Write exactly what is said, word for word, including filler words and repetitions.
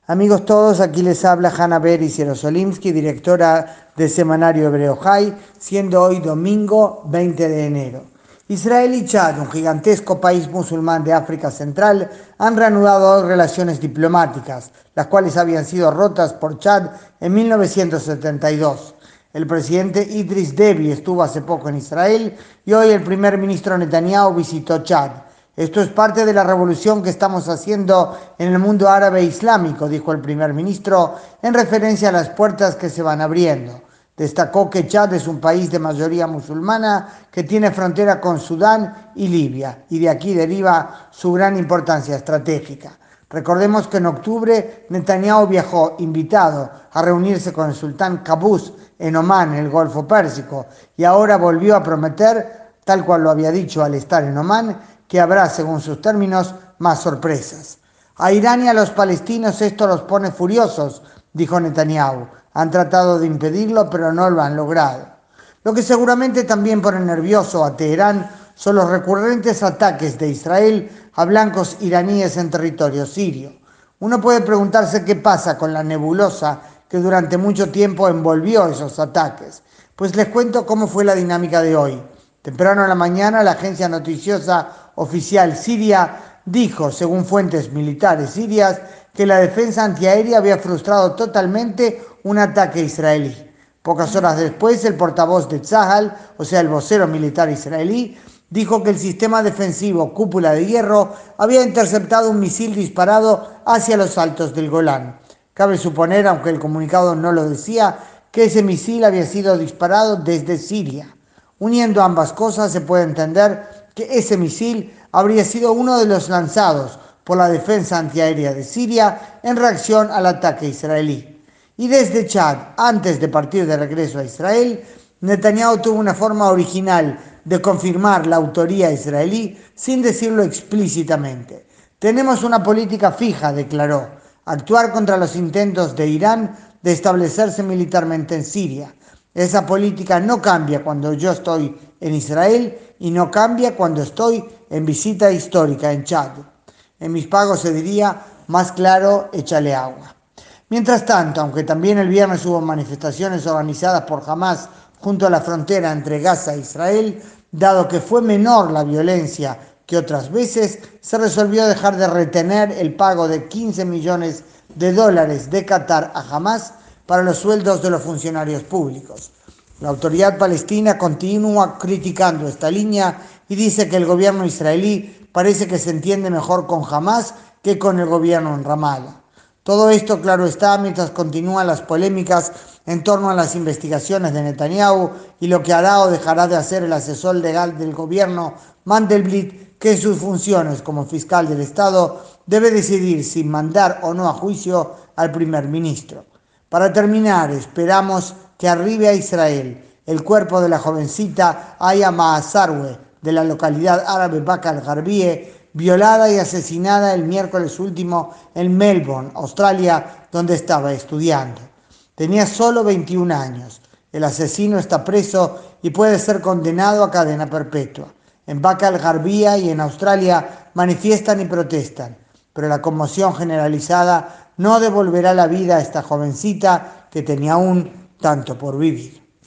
Amigos todos, aquí les habla Hanna Beris Yerosolimsky, directora del semanario Hebreo High, siendo hoy domingo veinte de enero. Israel y Chad, un gigantesco país musulmán de África Central, han reanudado hoy relaciones diplomáticas, las cuales habían sido rotas por Chad en mil novecientos setenta y dos. El presidente Idris Deby estuvo hace poco en Israel y hoy el primer ministro Netanyahu visitó Chad. Esto es parte de la revolución que estamos haciendo en el mundo árabe e islámico, dijo el primer ministro en referencia a las puertas que se van abriendo. Destacó que Chad es un país de mayoría musulmana que tiene frontera con Sudán y Libia, y de aquí deriva su gran importancia estratégica. Recordemos que en octubre Netanyahu viajó invitado a reunirse con el sultán Qaboos en Omán, en el Golfo Pérsico, y ahora volvió a prometer, tal cual lo había dicho al estar en Omán, que habrá, según sus términos, más sorpresas. A Irán y a los palestinos esto los pone furiosos, dijo Netanyahu. Han tratado de impedirlo, pero no lo han logrado. Lo que seguramente también pone nervioso a Teherán son los recurrentes ataques de Israel a blancos iraníes en territorio sirio. Uno puede preguntarse qué pasa con la nebulosa que durante mucho tiempo envolvió esos ataques. Pues les cuento cómo fue la dinámica de hoy. Temprano en la mañana, la agencia noticiosa oficial siria dijo, según fuentes militares sirias, que la defensa antiaérea había frustrado totalmente un ataque israelí. Pocas horas después, el portavoz de Tzahal, o sea, el vocero militar israelí, dijo que el sistema defensivo Cúpula de Hierro había interceptado un misil disparado hacia los altos del Golán. Cabe suponer, aunque el comunicado no lo decía, que ese misil había sido disparado desde Siria. Uniendo ambas cosas, se puede entender que ese misil habría sido uno de los lanzados por la defensa antiaérea de Siria en reacción al ataque israelí. Y desde Chad, antes de partir de regreso a Israel, Netanyahu tuvo una forma original de confirmar la autoría israelí sin decirlo explícitamente. Tenemos una política fija, declaró, actuar contra los intentos de Irán de establecerse militarmente en Siria. Esa política no cambia cuando yo estoy en Israel y no cambia cuando estoy en visita histórica en Chad. En mis pagos se diría, más claro, échale agua. Mientras tanto, aunque también el viernes hubo manifestaciones organizadas por Hamás junto a la frontera entre Gaza e Israel, dado que fue menor la violencia que otras veces, se resolvió dejar de retener el pago de quince millones de dólares de Qatar a Hamás para los sueldos de los funcionarios públicos. La autoridad palestina continúa criticando esta línea y dice que el gobierno israelí parece que se entiende mejor con Hamás que con el gobierno en Ramallah. Todo esto, claro está, mientras continúan las polémicas en torno a las investigaciones de Netanyahu y lo que hará o dejará de hacer el asesor legal del gobierno, Mandelblit, que en sus funciones como fiscal del Estado debe decidir si mandar o no a juicio al primer ministro. Para terminar, esperamos que arribe a Israel el cuerpo de la jovencita Aya Maasarwe de la localidad árabe Baqa al-Gharbie, violada y asesinada el miércoles último en Melbourne, Australia, donde estaba estudiando. Tenía solo veintiún años. El asesino está preso y puede ser condenado a cadena perpetua. En Baqa al-Gharbie y en Australia manifiestan y protestan, pero la conmoción generalizada no devolverá la vida a esta jovencita que tenía aún tanto por vivir.